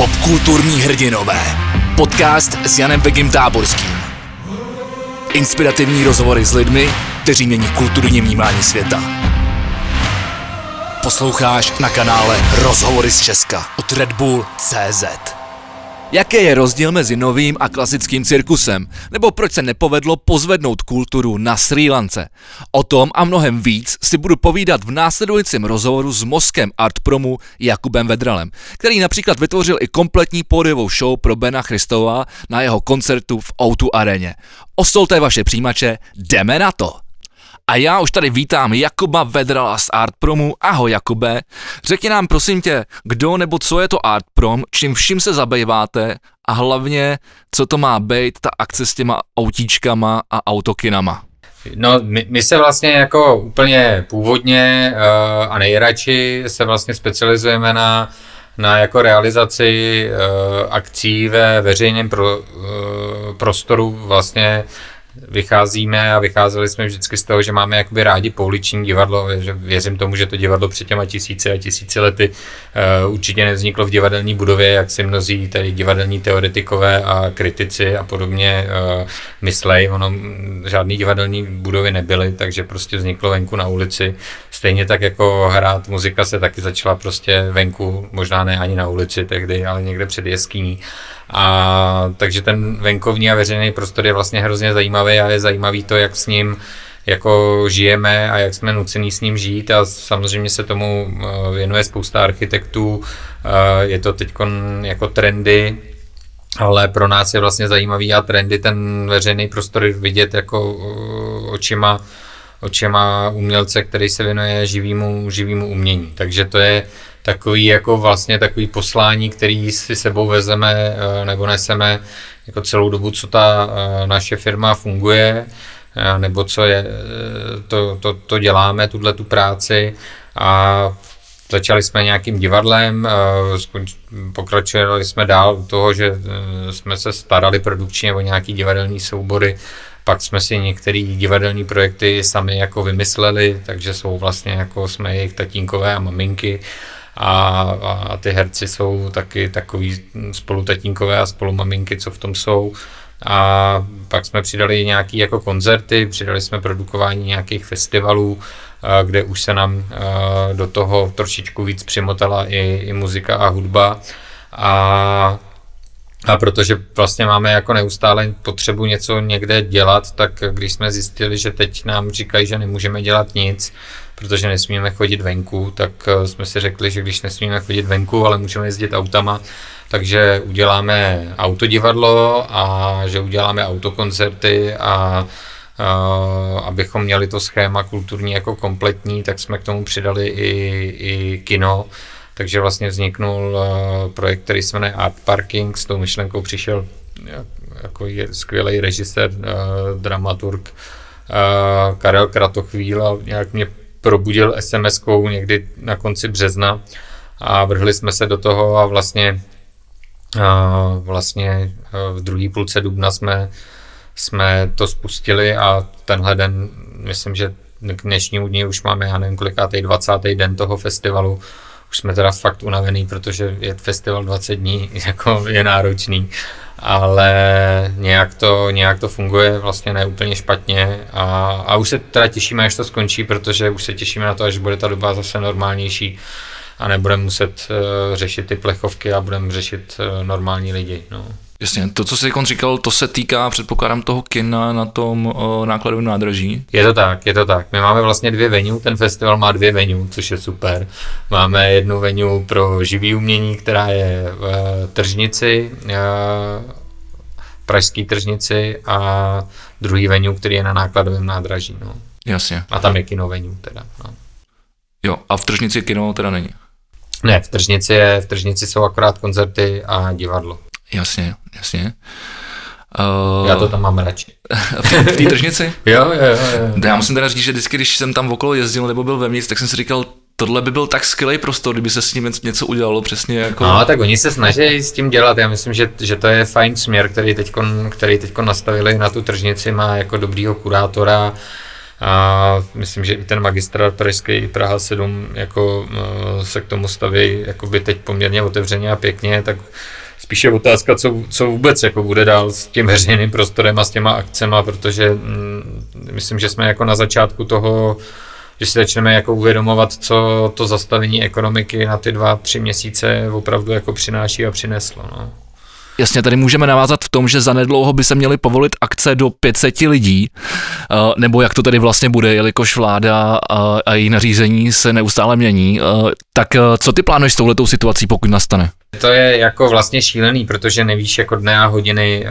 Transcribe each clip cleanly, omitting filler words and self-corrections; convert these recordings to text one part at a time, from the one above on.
Popkulturní hrdinové. Podcast s Janem Vegim Táborským. Inspirativní rozhovory s lidmi, kteří mění kulturní vnímání světa. Posloucháš na kanále Rozhovory z Česka od Red Bull.cz. Jaký je rozdíl mezi novým a klasickým cirkusem? Nebo proč se nepovedlo pozvednout kulturu na Srí Lance? O tom a mnohem víc si budu povídat v následujícím rozhovoru s mozkem Artpromu Jakubem Vedralem, který například vytvořil i kompletní pódiovou show pro Bena Christova na jeho koncertu v O2 aréně. Ostolte vaše přijímače, jdeme na to! A já už tady vítám Jakuba Vedrala z Artpromu. Ahoj Jakube, řekni nám prosím tě, kdo nebo co je to Artprom, čím vším se zabýváte a hlavně, co to má být ta akce s těma autíčkama a autokinama. No, my se vlastně jako úplně původně a nejradši se vlastně specializujeme na jako realizaci akcí ve veřejném prostoru. Vlastně vycházeli jsme vždycky z toho, že máme jakoby rádi pouliční divadlo, že věřím tomu, že to divadlo před těma tisíci a tisíci lety určitě nevzniklo v divadelní budově, jak si mnozí tady divadelní teoretikové a kritici a podobně myslej. Ono žádný divadelní budovy nebyly, takže prostě vzniklo venku na ulici. Stejně tak jako hrát muzika se taky začala prostě venku, možná ne ani na ulici tehdy, ale někde před jeskyní. A takže ten venkovní a veřejný prostor je vlastně hrozně zajímavý a je zajímavý to, jak s ním jako žijeme a jak jsme nucení s ním žít a samozřejmě se tomu věnuje spousta architektů, je to teď jako trendy, ale pro nás je vlastně zajímavý a trendy ten veřejný prostor vidět jako očima umělce, který se věnuje živýmu umění, takže to je takový jako vlastně takový poslání, který si sebou vezeme nebo neseme jako celou dobu, co ta naše firma funguje, nebo co je, to děláme, tu práci a začali jsme nějakým divadlem, pokračovali jsme dál u toho, že jsme se starali produkčně o nějaký divadelní soubory, pak jsme si některé divadelní projekty sami jako vymysleli, takže jsou vlastně jako jsme jejich tatínkové a maminky. A ty herci jsou taky takový spolutatínkové a spolumaminky, co v tom jsou. A pak jsme přidali nějaký jako koncerty, přidali jsme produkování nějakých festivalů, kde už se nám do toho trošičku víc přimotala i muzika a hudba. A protože vlastně máme jako neustále potřebu něco někde dělat, tak když jsme zjistili, že teď nám říkají, že nemůžeme dělat nic, protože nesmíme chodit venku, tak jsme si řekli, že když nesmíme chodit venku, ale můžeme jezdit autama, takže uděláme autodivadlo a že uděláme autokoncerty a abychom měli to schéma kulturní jako kompletní, tak jsme k tomu přidali i kino. Takže vlastně vzniknul projekt, který se jmenuje Art Parking, s tou myšlenkou přišel jako skvělý režisér, dramaturg Karel Kratochvíl a nějak mě probudil SMS-kou někdy na konci března a vrhli jsme se do toho a vlastně v druhé půlce dubna jsme to spustili a tenhle den, myslím, že k dnešnímu dni už máme, já nevím kolikátej, 20. den toho festivalu. Už jsme teda fakt unavený, protože je festival 20 dní, jako je náročný, ale nějak to funguje vlastně ne úplně špatně a už se teda těšíme, až to skončí, protože už se těšíme na to, až bude ta doba zase normálnější a nebudeme muset řešit ty plechovky a budeme řešit normální lidi. No. Jasně, to, co jsi říkal, to se týká, předpokládám, toho kina na tom nákladovém nádraží. Je to tak. My máme vlastně 2 venue, ten festival má 2 venue, což je super. Máme jednu venue pro živý umění, která je v Tržnici, pražský Tržnici a druhý venue, který je na nákladovém nádraží. No. Jasně. A tam je kino venue teda. No. Jo, a v Tržnici kino teda není? Ne, v Tržnici jsou akorát koncerty a divadlo. Jasně. Já to tam mám radši. V té Tržnici? Jo. Já musím teda říct, že vždycky, když jsem tam okolo jezdil nebo byl vevnitř, tak jsem si říkal, tohle by byl tak skvělý prostor, kdyby se s ním něco udělalo přesně jako... No, tak oni se snaží s tím dělat, já myslím, že to je fajn směr, který teďko nastavili na tu Tržnici, má jako dobrýho kurátora, A myslím, že i ten magistrát pražský, i Praha 7 jako se k tomu staví jakoby teď poměrně otevřeně a pěkně, tak spíše otázka, co vůbec jako bude dál s tím veřejným prostorem a s těma akcema, protože myslím, že jsme jako na začátku toho, že si začneme jako uvědomovat, co to zastavení ekonomiky na ty 2-3 měsíce opravdu jako přináší a přineslo. No. Jasně, tady můžeme navázat v tom, že zanedlouho by se měly povolit akce do 500 lidí, nebo jak to tady vlastně bude, jelikož vláda a její nařízení se neustále mění. Tak co ty plánuješ s touhletou situací, pokud nastane? To je jako vlastně šílený, protože nevíš jako dne a hodiny,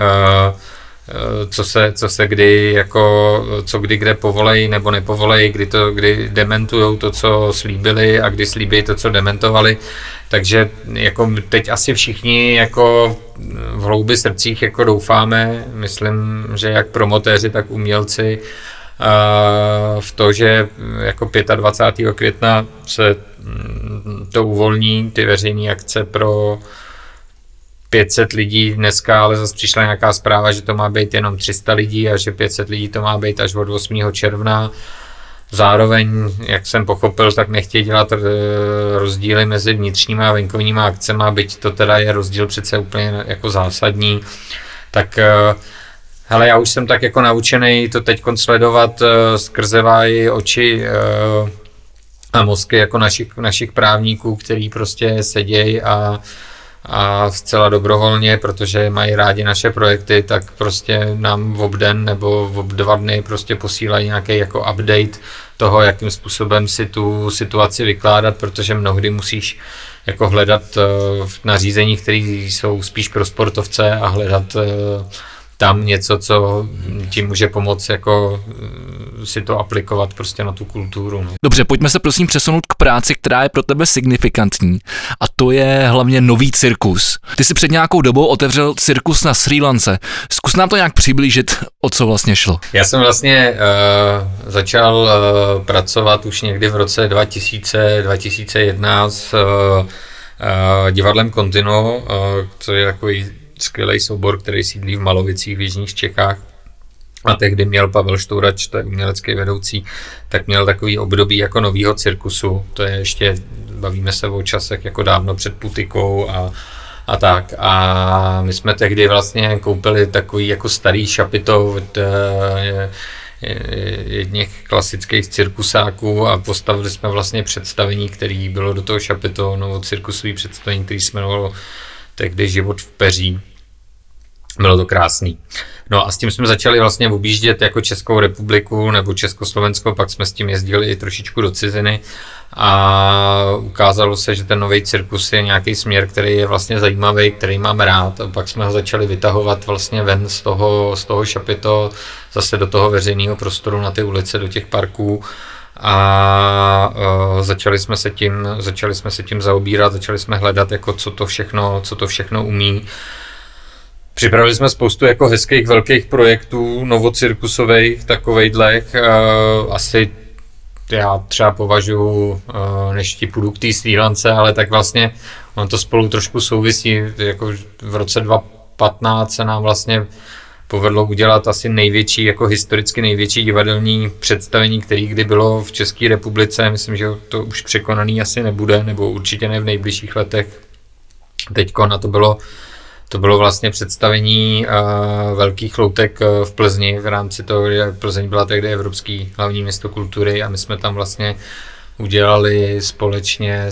co se kdy jako, co kdy kde povolej nebo nepovolej, kdy dementujou to, co slíbili a kdy slíbí to, co dementovali. Takže jako teď asi všichni jako v hloubi srdcích jako doufáme, myslím, že jak promotéři, tak umělci, v to, že jako 25. května se to uvolní, ty veřejné akce pro 500 lidí dneska, ale zase přišla nějaká zpráva, že to má být jenom 300 lidí a že 500 lidí to má být až od 8. června. Zároveň, jak jsem pochopil, tak nechtějí dělat rozdíly mezi vnitřníma a venkovníma akcema, byť to teda je rozdíl přece úplně jako zásadní. Tak hele, já už jsem tak jako naučený to teď sledovat skrze oči a mozky jako našich právníků, který prostě sedějí a zcela dobrovolně, protože mají rádi naše projekty, tak prostě nám v obden nebo v 2 dny prostě posílají nějaký jako update toho, jakým způsobem si tu situaci vykládat, protože mnohdy musíš jako hledat v nařízeních, které jsou spíš pro sportovce a hledat tam něco, co ti může pomoct jako si to aplikovat prostě na tu kulturu. Dobře, pojďme se prosím přesunout k práci, která je pro tebe signifikantní, a to je hlavně nový cirkus. Ty si před nějakou dobou otevřel cirkus na Srí Lance. Zkus nám to nějak přiblížit, o co vlastně šlo. Já jsem vlastně začal pracovat už někdy v roce 2001 s divadlem Continuo, co je takový skvělý soubor, který sídlí v Malovicích v jižních Čechách. A tehdy měl Pavel Štourač, to je umělecký vedoucí, tak měl takový období jako novýho cirkusu. To je ještě, bavíme se o časech jako dávno před Putikou a tak. A my jsme tehdy vlastně koupili takový jako starý šapito od jedných klasických cirkusáků a postavili jsme vlastně představení, který bylo do toho šapito, cirkusový představení, který se jmenovalo tehdy Život v peří. Bylo to krásný. No a s tím jsme začali vlastně objíždět jako Českou republiku nebo Československo, pak jsme s tím jezdili i trošičku do ciziny a ukázalo se, že ten nový cirkus je nějaký směr, který je vlastně zajímavý, který mám rád, a pak jsme ho začali vytahovat vlastně ven z toho šapito, zase do toho veřejného prostoru, na ty ulice, do těch parků. A začali jsme se tím zaobírat, začali jsme hledat, jako co to všechno umí. Připravili jsme spoustu jako hezkých velkých projektů, novocirkusových, takovejhlech. Asi já třeba považuji, než ti půjdu k té Srí Lance, ale tak vlastně on to spolu trošku souvisí. Jako v roce 2015 se nám vlastně povedlo udělat asi největší, jako historicky největší divadelní představení, který kdy bylo v České republice. Myslím, že to už překonaný asi nebude, nebo určitě ne v nejbližších letech. Teďko na to bylo vlastně představení Velkých loutek v Plzni. V rámci toho, že Plzeň byla tehdy evropský hlavní město kultury a my jsme tam vlastně udělali společně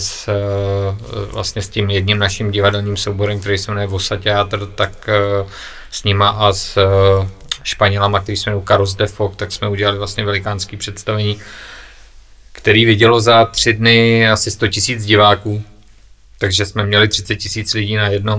s tím jedním naším divadelním souborem, který se jmenuje Vosa Teatr, tak s nima a s Španělama, který se jmenuje Carros de Foc, tak jsme udělali vlastně velikánský představení, který vidělo za 3 dny asi 100 000 diváků. Takže jsme měli 30 000 lidí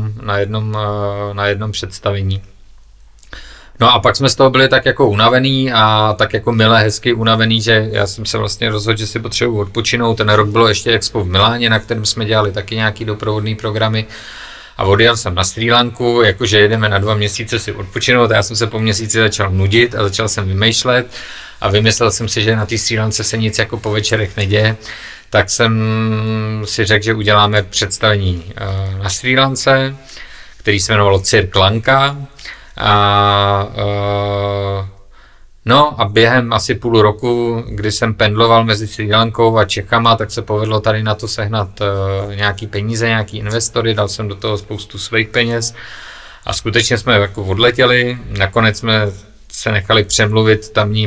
na jednom představení. No a pak jsme z toho byli tak jako unavený a tak jako milé, hezky unavený, že já jsem se vlastně rozhodl, že si potřebuji odpočinout. Ten rok bylo ještě Expo v Miláně, na kterém jsme dělali taky nějaký doprovodný programy. A odjel jsem na Srí Lanku, jakože jedeme na 2 měsíce si odpočinout, a já jsem se po měsíci začal nudit a začal jsem vymýšlet a vymyslel jsem si, že na té Srí Lance se nic jako po večerech neděje. Tak jsem si řekl, že uděláme představení na Srí Lance, který se jmenovalo Cirk Lanka. No a během asi půl roku, kdy jsem pendloval mezi Srí Lankou a Čechama, tak se povedlo tady na to sehnat nějaký peníze, nějaký investory, dal jsem do toho spoustu svých peněz a skutečně jsme jako odletěli, nakonec jsme se nechali přemluvit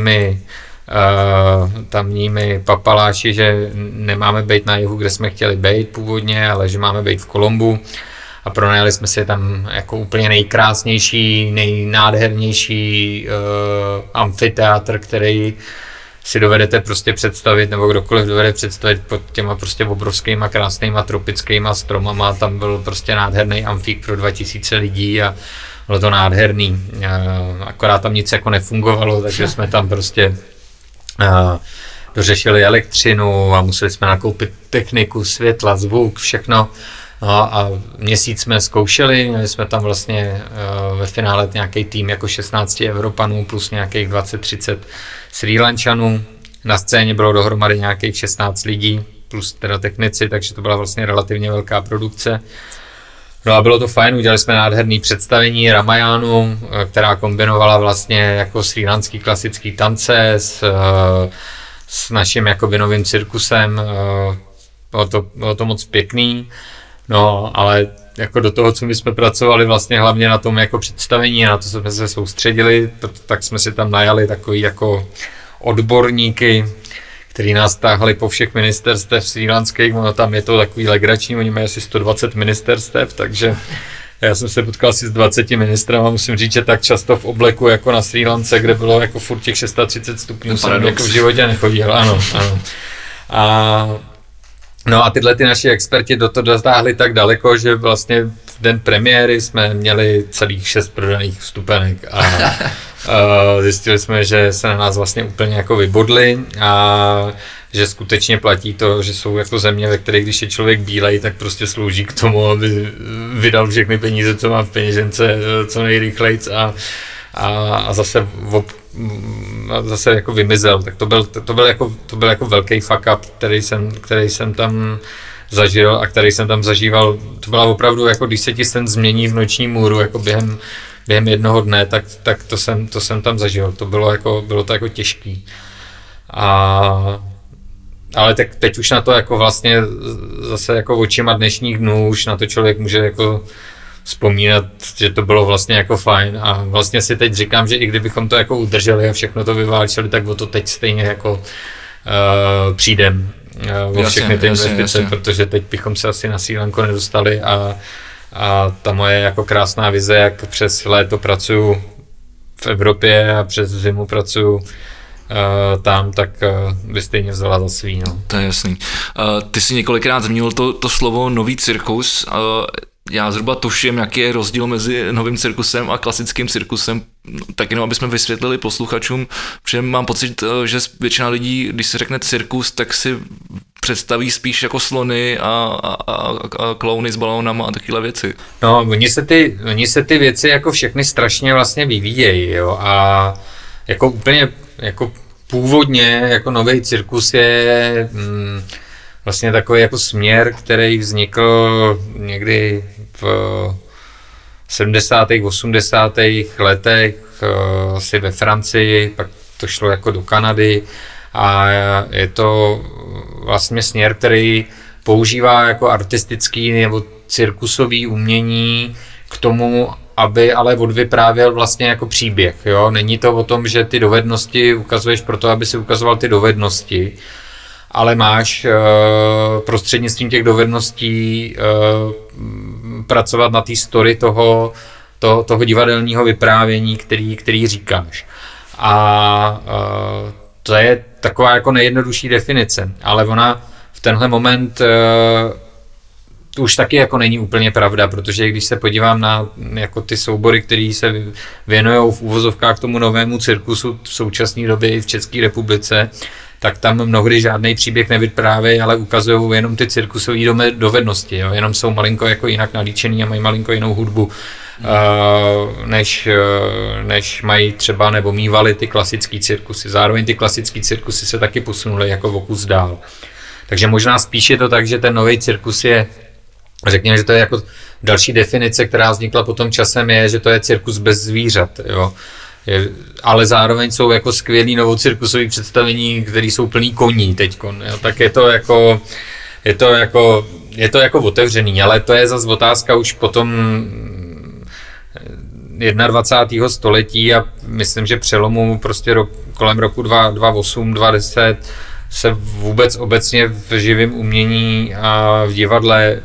tamními papaláši, že nemáme být na jihu, kde jsme chtěli být původně, ale že máme být v Colombu. A pronajali jsme si tam jako úplně nejkrásnější, nejnádhernější amfiteátr, který si dovedete prostě představit, nebo kdokoliv dovede představit pod těma prostě obrovskýma, krásnýma tropickýma stromama. Tam byl prostě nádherný amfík pro 2000 lidí a bylo to nádherný. Akorát tam nic jako nefungovalo, takže jsme tam prostě dořešili elektřinu a museli jsme nakoupit techniku, světla, zvuk, všechno. No a měsíc jsme zkoušeli, měli jsme tam vlastně ve finále nějaký tým jako 16 Evropanů plus nějakých 20-30 Srí Lančanů. Na scéně bylo dohromady nějakých 16 lidí plus teda technici, takže to byla vlastně relativně velká produkce. No a bylo to fajn, udělali jsme nádherný představení Ramajánu, která kombinovala vlastně jako srílanský klasický tance s naším jakoby novým cirkusem. Bylo to moc pěkný. No, ale jako do toho, co my jsme pracovali vlastně hlavně na tom jako představení a na to jsme se soustředili, tak jsme si tam najali takový jako odborníky, který nás táhli po všech ministerstvech srílanských, no tam je to takový legrační, oni mají asi 120 ministerstev, takže já jsem se potkal asi s 20 ministrama, musím říct, že tak často v obleku jako na Srí Lance, kde bylo jako furt těch 630 stupňů, jsem jako v životě nechodil, ano. No a tyhle ty naši experti do toho dotáhli tak daleko, že vlastně v den premiéry jsme měli celých 6 prodaných vstupenek a zjistili jsme, že se na nás vlastně úplně jako vybodli a že skutečně platí to, že jsou jako země, ve kterých když je člověk bílej, tak prostě slouží k tomu, aby vydal všechny peníze, co má v peněžence, co nejrychlejc a zase jako vymizel, tak to byl jako velký fuck up, který jsem tam zažil a který jsem tam zažíval. To byla opravdu jako když se ti sen změní v noční můru jako během jednoho dne, tak to jsem tam zažil. To bylo to jako těžký. Ale teď už na to jako vlastně zase jako očima dnešních dnů už na to člověk může jako vzpomínat, že to bylo vlastně jako fajn a vlastně si teď říkám, že i kdybychom to jako udrželi a všechno to vyválčili, tak o to teď stejně jako přijdem o všechny ty investice, protože teď bychom se asi na Srí Lanku nedostali a ta moje jako krásná vize, jak přes léto pracuju v Evropě a přes zimu pracuju tam, tak by stejně vzala za svý. No. To je jasný. Ty jsi několikrát zmínil to slovo nový cirkus. Já zhruba tuším, jaký je rozdíl mezi novým cirkusem a klasickým cirkusem, tak jenom abychom vysvětlili posluchačům, protože mám pocit, že většina lidí, když se řekne cirkus, tak si představí spíš jako slony a klauny s balónama a takovéhle věci. No, oni se ty věci jako všechny strašně vlastně vyvíjejí, jo, a jako úplně jako původně jako nový cirkus je vlastně takový jako směr, který vznikl někdy v 70. 80. letech asi ve Francii, pak to šlo jako do Kanady a je to vlastně směr, který používá jako artistický nebo cirkusový umění k tomu, aby ale odvyprávěl vlastně jako příběh. Jo? Není to o tom, že ty dovednosti ukazuješ proto, aby si ukazoval ty dovednosti, ale máš prostřednictvím těch dovedností pracovat na té story toho divadelního vyprávění, který říkáš. A to je taková jako nejjednodušší definice, ale ona v tenhle moment to už taky jako není úplně pravda, protože když se podívám na jako ty soubory, které se věnují v uvozovkách tomu novému cirkusu v současné době i v České republice, tak tam mnohdy žádný příběh nevyprávějí, ale ukazují jenom ty cirkusové dovednosti, jo? Jenom jsou malinko jako jinak nalíčený a mají malinko jinou hudbu, než mají třeba nebo mívali ty klasický cirkusy. Zároveň ty klasický cirkusy se taky posunuly jako o kus dál. Takže možná spíš je to tak, že ten nový cirkus je, řekněme, že to je jako další definice, která vznikla potom časem, je, že to je cirkus bez zvířat, jo. Ale zároveň jsou jako skvělý novocirkusový představení, které jsou plný koní teďkon, jo? Tak je to jako otevřený, ale to je zase otázka už potom 21. století a myslím, že přelomu prostě kolem roku 2008, 2010 se vůbec obecně v živém umění a v divadle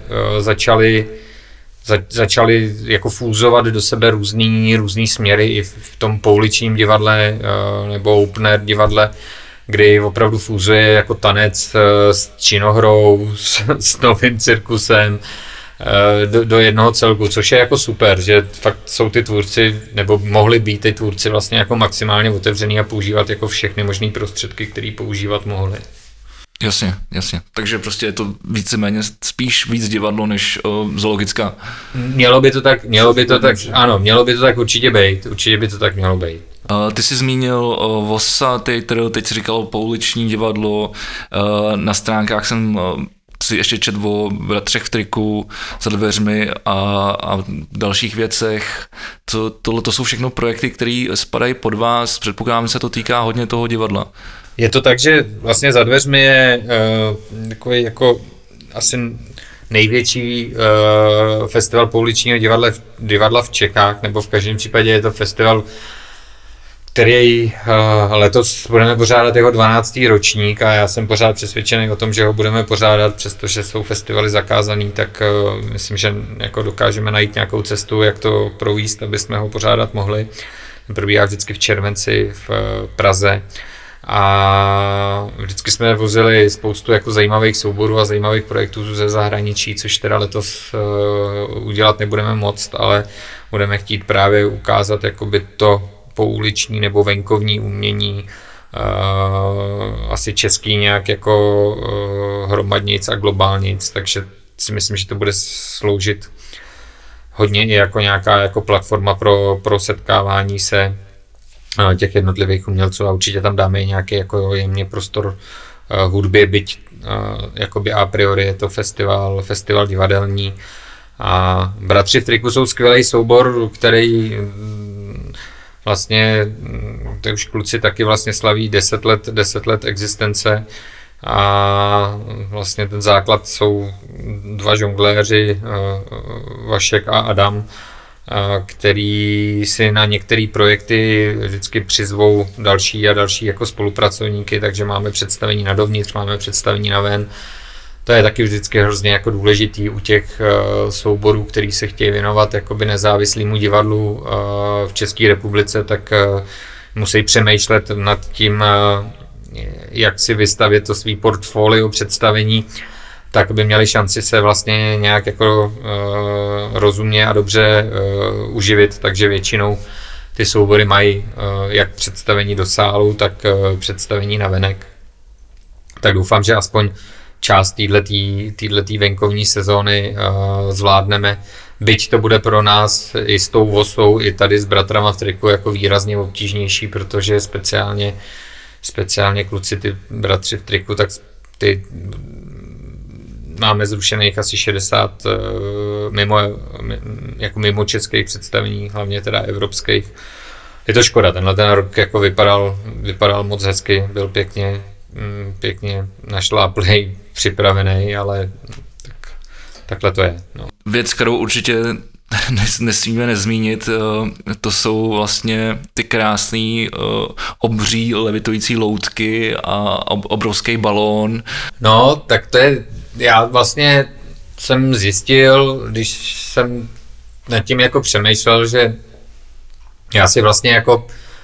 začaly jako fúzovat do sebe různý směry i v tom pouličním divadle nebo open air divadle, kdy opravdu fúzuje jako tanec s činohrou, s novým cirkusem do jednoho celku, což je jako super, že fakt jsou ty tvůrci, nebo mohli být ty tvůrci vlastně jako maximálně otevřený a používat jako všechny možné prostředky, které používat mohli. Jasně. Takže prostě je to víceméně spíš víc divadlo než zoologická. Mělo by to tak určitě být. Určitě by to tak mělo být. Ty jsi zmínil Vossa Theatre, teď jsi říkal pouliční divadlo, na stránkách jsem si ještě četl o Bratřech v triku, Za dveřmi a dalších věcech. Tohle to jsou všechno projekty, které spadají pod vás, předpokládám, že se to týká hodně toho divadla. Je to tak, že vlastně Za dveřmi je takový jako asi největší festival pouličního divadla v Čechách, nebo v každém případě je to festival, který letos budeme pořádat jeho 12. ročník a já jsem pořád přesvědčený o tom, že ho budeme pořádat, přestože jsou festivaly zakázaný, tak myslím, že jako dokážeme najít nějakou cestu, jak to províst, aby jsme ho pořádat mohli. Probíhá vždycky v červenci v Praze. A vždycky jsme vozili spoustu jako zajímavých souborů a zajímavých projektů ze zahraničí, což teda letos udělat nebudeme moct, ale budeme chtít právě ukázat jakoby to pouliční nebo venkovní umění, asi český nějak jako hromadnic a globálnic, takže si myslím, že to bude sloužit hodně i jako nějaká jako platforma pro setkávání se těch jednotlivých umělců a určitě tam dáme i nějaký jako jemně prostor hudbě, byť jakoby a priori je to festival divadelní. A Bratři v triku jsou skvělý soubor, který vlastně, ty už kluci taky vlastně slaví 10 let existence a vlastně ten základ jsou dva žongléři, Vašek a Adam, který si na některé projekty vždycky přizvou další a další jako spolupracovníky, takže máme představení na dovnitř, máme představení na ven. To je taky vždycky hrozně jako důležitý u těch souborů, který se chtějí věnovat jakoby nezávislému divadlu v České republice, tak musí přemýšlet nad tím, jak si vystavět to svý portfolio představení, tak by měli šanci se vlastně nějak jako rozumně a dobře uživit, takže většinou ty soubory mají jak představení do sálu, tak představení na venek. Tak doufám, že aspoň část téhletý venkovní sezóny zvládneme, byť to bude pro nás i s tou Vosou, i tady s Bratrama v triku jako výrazně obtížnější, protože speciálně kluci, ty Bratři v triku, tak ty máme zrušených asi 60 mimo českých představení, hlavně teda evropských. Je to škoda, ten rok jako vypadal moc hezky, byl pěkně našláplej, připravený, ale takhle to je. No. Věc, kterou určitě nesmíme nezmínit, to jsou vlastně ty krásný obří levitující loutky a obrovský balón. No, tak to je, já vlastně jsem zjistil, když jsem nad tím jako přemýšlel, že já si vlastně jako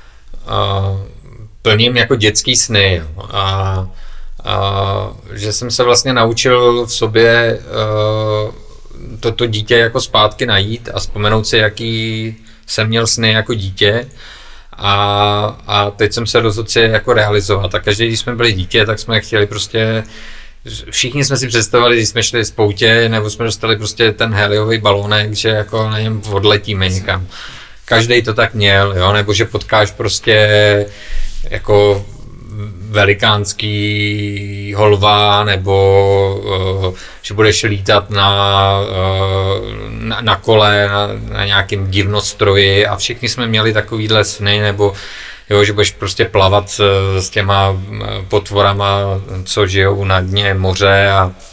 plním jako dětský sny a že jsem se vlastně naučil v sobě toto dítě jako zpátky najít a vzpomenout si, jaký jsem měl sny jako dítě a teď jsem se rozhodl si jako realizovat a každý, když jsme byli dítě, tak jsme chtěli prostě, všichni jsme si představovali, když jsme šli z poutě nebo jsme dostali prostě ten heliový balónek, že jako na něm odletíme někam. Každý to tak měl, jo, nebo že potkáš prostě jako velikánský holva, nebo že budeš lítat na kole, na nějakým divnostroji a všichni jsme měli takovýhle sny, nebo jo, že budeš prostě plavat s těma potvorama, co žijou na dně moře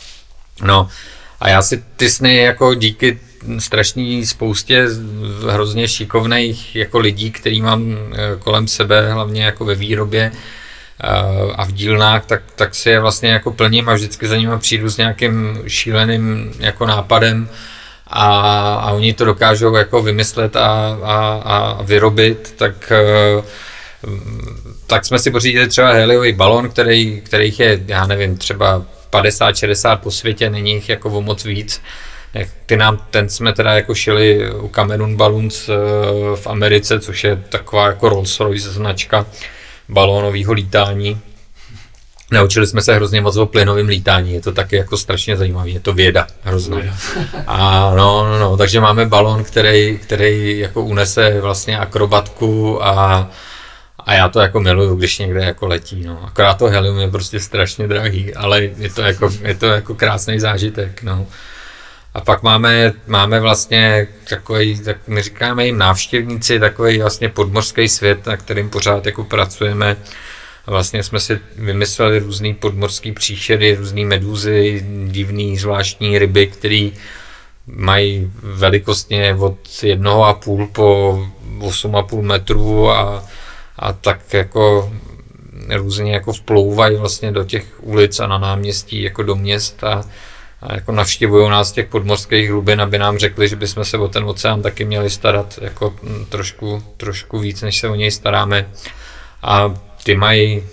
a já si ty sny jako díky strašný spoustě hrozně šikovných jako lidí, který mám kolem sebe, hlavně jako ve výrobě a v dílnách, tak si je vlastně jako plním a vždycky za nimi přijdu s nějakým šíleným jako nápadem a oni to dokážou jako vymyslet a vyrobit, tak jsme si pořídili třeba heliový balon, kterých je, já nevím, třeba 50-60 po světě, není jich jako o moc víc. Ten jsme teda jako šili u Cameron Balloons v Americe, což je taková jako Rolls-Royce značka balónového lítání. Naučili jsme se hrozně moc o plynovém lítání, je to taky jako strašně zajímavé, je to věda hrozně. A takže máme balón, který jako unese vlastně akrobatku a já to jako miluju, když někde jako letí, no. Akorát to helium je prostě strašně drahý, ale je to jako krásný zážitek, no. A pak máme vlastně takový, tak my říkáme jim návštěvníci, takový vlastně podmořský svět, na kterým pořád jako pracujeme. A vlastně jsme si vymysleli různý podmořský příšery, různý medúzy, divný zvláštní ryby, které mají velikostně od 1,5 po 8,5 metru a tak jako různě jako vplouvají vlastně do těch ulic a na náměstí jako do měst a jako navštěvují nás z těch podmořských hlubin, aby nám řekli, že bychom se o ten oceán taky měli starat jako trošku víc, než se o něj staráme. A ty mají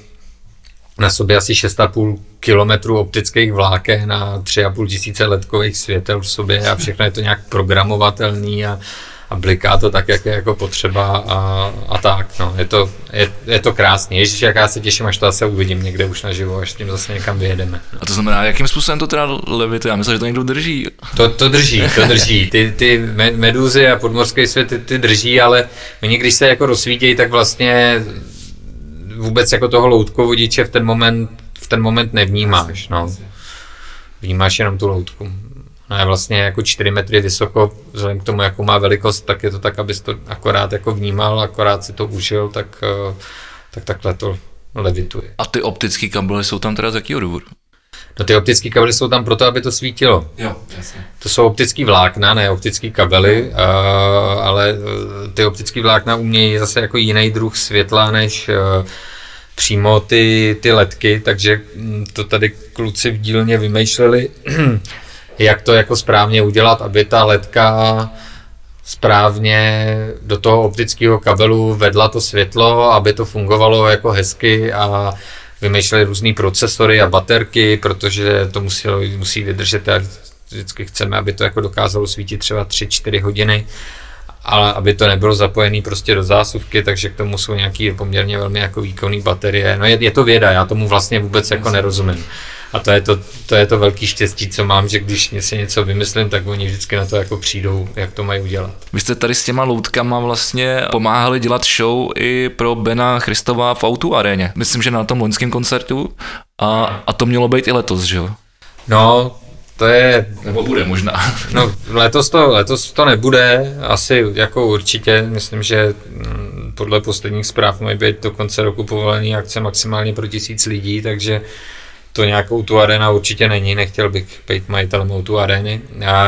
na sobě asi 6,5 kilometrů optických vláken a 3,5 tisíce ledkových světel v sobě a všechno je to nějak programovatelný a bliká to tak, jak je jako potřeba a tak, no, je to krásný. Ježiš, jak já se těším, až to zase uvidím někde už naživo, až tím zase někam vyjedeme. A to znamená, jakým způsobem to teda levituje? Já myslím, že to někdo drží. To drží. Ty medúzy a podmořský svět ty drží, ale oni když se jako rozsvítějí, tak vlastně vůbec jako toho loutkovodiče v ten moment nevnímáš, no. Vnímáš jenom tu loutku. No je vlastně jako 4 metry vysoko, vzhledem k tomu, jakou má velikost, tak je to tak, abys to akorát jako vnímal, akorát si to užil, tak takhle to levituje. A ty optické kabely jsou tam teda z jakého důvodu? No ty optické kabely jsou tam proto, aby to svítilo. Jo, jasně. To jsou optické vlákna, ne optické kabely, ale ty optické vlákna umějí zase jako jiný druh světla, než přímo ty ledky, takže to tady kluci v dílně vymýšleli, jak to jako správně udělat, aby ta ledka správně do toho optického kabelu vedla to světlo, aby to fungovalo jako hezky a vymýšleli různý procesory a baterky, protože to musí vydržet a vždycky chceme, aby to jako dokázalo svítit třeba 3-4 hodiny, ale aby to nebylo zapojené prostě do zásuvky, takže k tomu jsou nějaké poměrně velmi jako výkonné baterie. No je to věda, já tomu vlastně vůbec jako nerozumím. A to je to velký štěstí, co mám, že když si něco vymyslím, tak oni vždycky na to jako přijdou, jak to mají udělat. Vy jste tady s těma loutkama vlastně pomáhali dělat show i pro Bena Christova v O2 aréně. Myslím, že na tom loňském koncertu a to mělo být i letos, že jo? No, to je... Nebo bude možná. No, letos to nebude, asi jako určitě, myslím, že podle posledních zpráv mají být do konce roku povolený akce maximálně pro 1000 lidí, takže to nějakou tu arena určitě není, nechtěl bych být majitelem tu arény.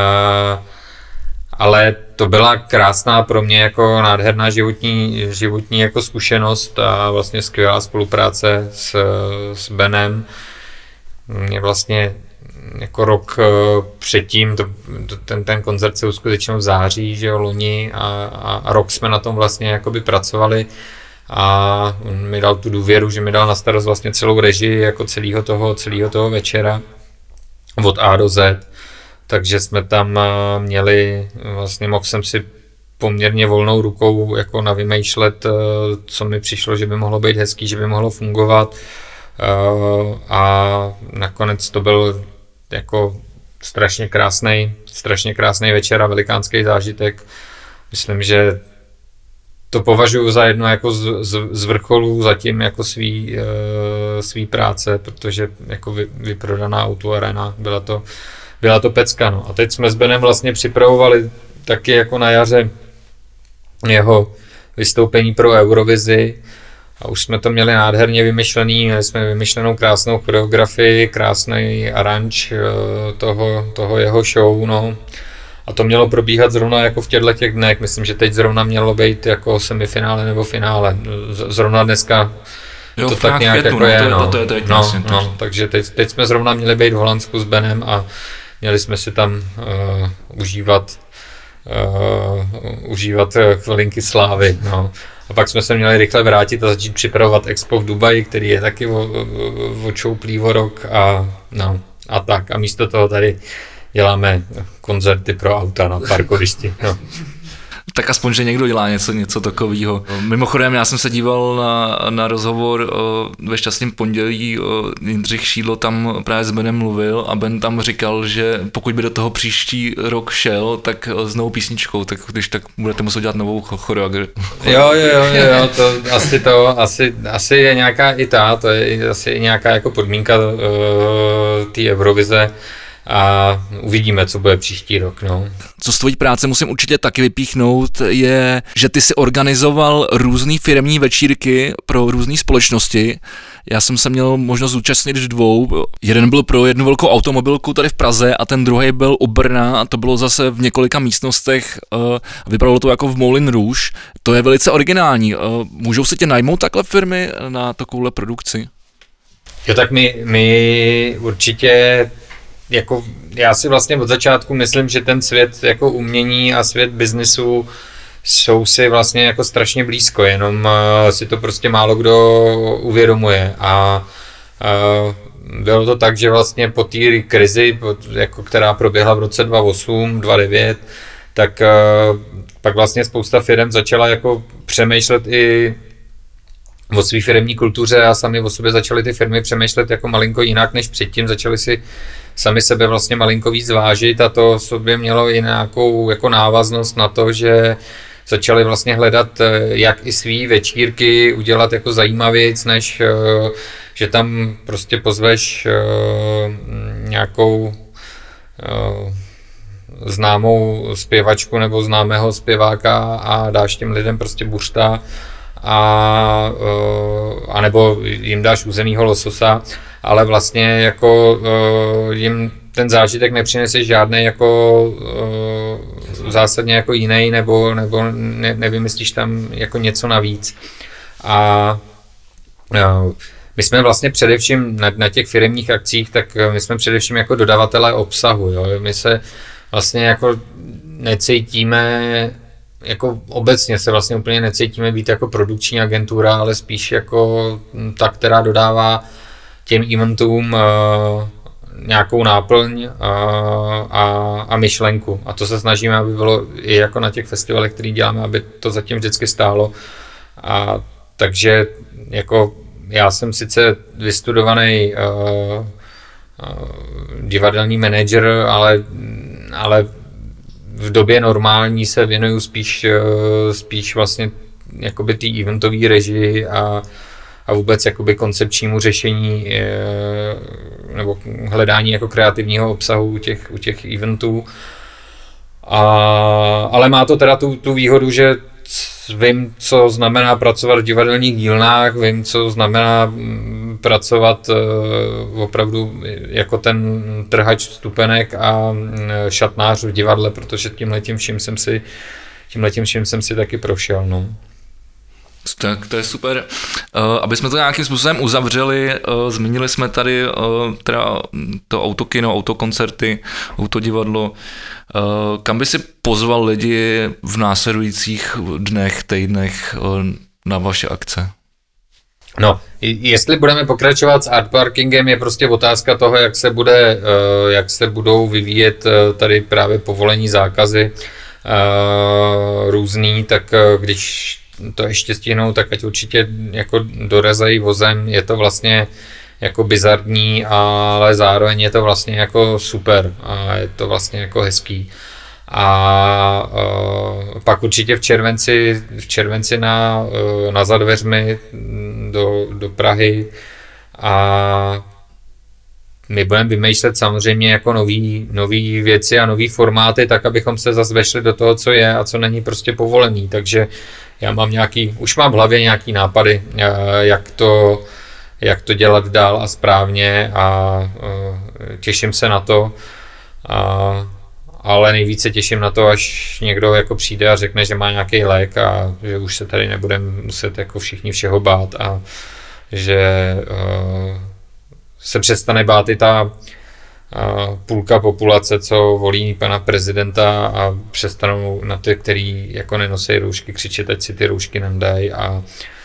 Ale to byla krásná pro mě jako nádherná životní jako zkušenost a vlastně skvělá spolupráce s Benem. Mě vlastně jako rok předtím, ten koncert se uskutečnil v září, že jo, loni a rok jsme na tom vlastně jakoby pracovali. A on mi dal tu důvěru, že mi dal na starost vlastně celou režii jako celého toho večera od A do Z. Takže jsme tam měli, vlastně mohl jsem si poměrně volnou rukou jako navymýšlet, co mi přišlo, že by mohlo být hezký, že by mohlo fungovat. A nakonec to byl jako strašně krásný večer a velikánský zážitek. Myslím, že to považuji za jedno jako z vrcholů zatím jako svý práce, protože jako vyprodaná O2 Arena byla to pecka, no. A teď jsme s Benem vlastně připravovali taky jako na jaře jeho vystoupení pro Eurovizi a už jsme to měli nádherně vymyšlený, měli jsme vymyšlenou krásnou choreografii, krásný aranž toho jeho show, no. A to mělo probíhat zrovna jako v těch dnech, myslím, že teď zrovna mělo být jako semifinále nebo finále, zrovna dneska jo, to tak nějak květnu, jako je, to je teď no, vlastně, no, takže teď jsme zrovna měli být v Holandsku s Benem a měli jsme si tam užívat chvilinky slávy, no. A pak jsme se měli rychle vrátit a začít připravovat Expo v Dubaji, který je taky očouplý o rok a tak. A místo toho tady děláme koncerty pro auta na parkovišti. No. Tak aspoň, že někdo dělá něco takového. Mimochodem, já jsem se díval na rozhovor ve Šťastným pondělí, Jindřich Šídlo tam právě s Benem mluvil a Ben tam říkal, že pokud by do toho příští rok šel, tak s novou písničkou, tak když tak budete muset dělat novou choreografii. Jo, asi je nějaká to je asi nějaká jako podmínka té Eurovize. A uvidíme, co bude příští rok, no. Co z tvojí práce musím určitě taky vypíchnout, je, že ty si organizoval různý firemní večírky pro různé společnosti. Já jsem se měl možnost zúčastnit 2. Jeden byl pro jednu velkou automobilku tady v Praze a ten druhý byl u Brna a to bylo zase v několika místnostech. Vypadalo to jako v Moulin Rouge. To je velice originální. Můžou se tě najmout takhle firmy na takovouhle produkci? Jo, tak my určitě jako já si vlastně od začátku myslím, že ten svět jako umění a svět biznesu jsou si vlastně jako strašně blízko, jenom si to prostě málo kdo uvědomuje a bylo to tak, že vlastně po té krizi, jako která proběhla v roce 2008, 2009, tak pak vlastně spousta firem začala jako přemýšlet i o své firemní kultuře a sami o sobě začaly ty firmy přemýšlet jako malinko jinak než předtím, začaly si sami sebe vlastně malinko víc vážit a to sobě mělo i nějakou jako návaznost na to, že začali vlastně hledat, jak i svý večírky udělat jako zajímavějc, než že tam prostě pozveš nějakou známou zpěvačku nebo známého zpěváka a dáš těm lidem prostě buřta a nebo jim dáš uzenýho lososa, ale vlastně jako jim ten zážitek nepřinese žádný jako zásadně jako jiný nebo nevymyslíš tam jako něco navíc. A my jsme vlastně především na těch firemních akcích, tak my jsme především jako dodavatelé obsahu, jo? My se vlastně jako necítíme jako obecně se vlastně úplně necítíme být jako produkční agentura, ale spíš jako ta, která dodává těm eventům nějakou náplň a myšlenku. A to se snažíme, aby bylo i jako na těch festivalech, který děláme, aby to zatím vždycky stálo. A takže jako já jsem sice vystudovaný divadelní manažer, ale v době normální se věnuju spíš vlastně jakoby té eventové režii a vůbec jakoby koncepčnímu řešení nebo hledání jako kreativního obsahu u těch eventů. Ale má to teda tu výhodu, že vím, co znamená pracovat v divadelních dílnách, vím, co znamená pracovat opravdu jako ten trhač vstupenek a šatnář v divadle, protože tímhletím vším jsem si taky prošel. No. Tak to je super. Aby jsme to nějakým způsobem uzavřeli, zmínili jsme tady teda to autokino, autokoncerty, autodivadlo. Kam by si pozval lidi v následujících dnech, týdnech na vaše akce? No, jestli budeme pokračovat s Art Parkingem, je prostě otázka toho, jak se budou vyvíjet tady právě povolení, zákazy různý, tak když to ještě stihnou, tak ať určitě jako dorezají vozem, je to vlastně jako bizarní, ale zároveň je to vlastně jako super a je to vlastně jako hezký. A pak určitě v červenci na za dveřmi do Prahy a my budeme vymýšlet samozřejmě jako nový věci a nový formáty, tak abychom se zase vešli do toho, co je a co není prostě povolený. Takže já už mám v hlavě nějaký nápady, jak to dělat dál a správně a těším se na to. Ale nejvíce těším na to, až někdo jako přijde a řekne, že má nějaký lék a že už se tady nebudeme muset jako všichni všeho bát a že se přestane bát i ta půlka populace, co volí pana prezidenta a přestanou na ty, který jako nenosí roušky, křičet, ať si ty roušky nandají a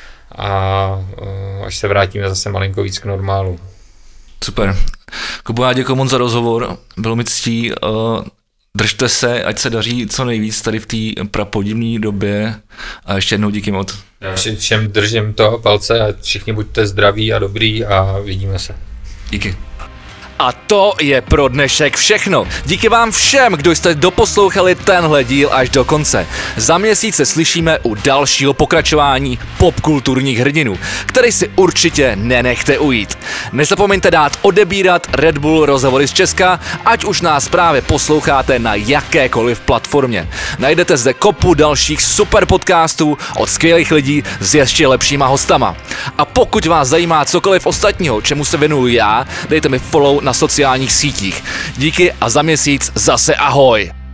až se vrátíme zase malinko víc k normálu. Super. Kubo, já děkuji moc za rozhovor, bylo mi ctí. Držte se, ať se daří co nejvíc tady v té prapodivné době a ještě jednou díky moc. Já všem držím toho palce a všichni buďte zdraví a dobrý a vidíme se. Díky. A to je pro dnešek všechno. Díky vám všem, kdo jste doposlouchali tenhle díl až do konce. Za měsíc se slyšíme u dalšího pokračování popkulturních hrdinů, který si určitě nenechte ujít. Nezapomeňte dát odebírat Red Bull rozhovory z Česka, ať už nás právě posloucháte na jakékoliv platformě. Najdete zde kopu dalších super podcastů od skvělých lidí s ještě lepšíma hostama. A pokud vás zajímá cokoliv ostatního, čemu se věnuju já, dejte mi follow na sociálních sítích. Díky a za měsíc zase ahoj!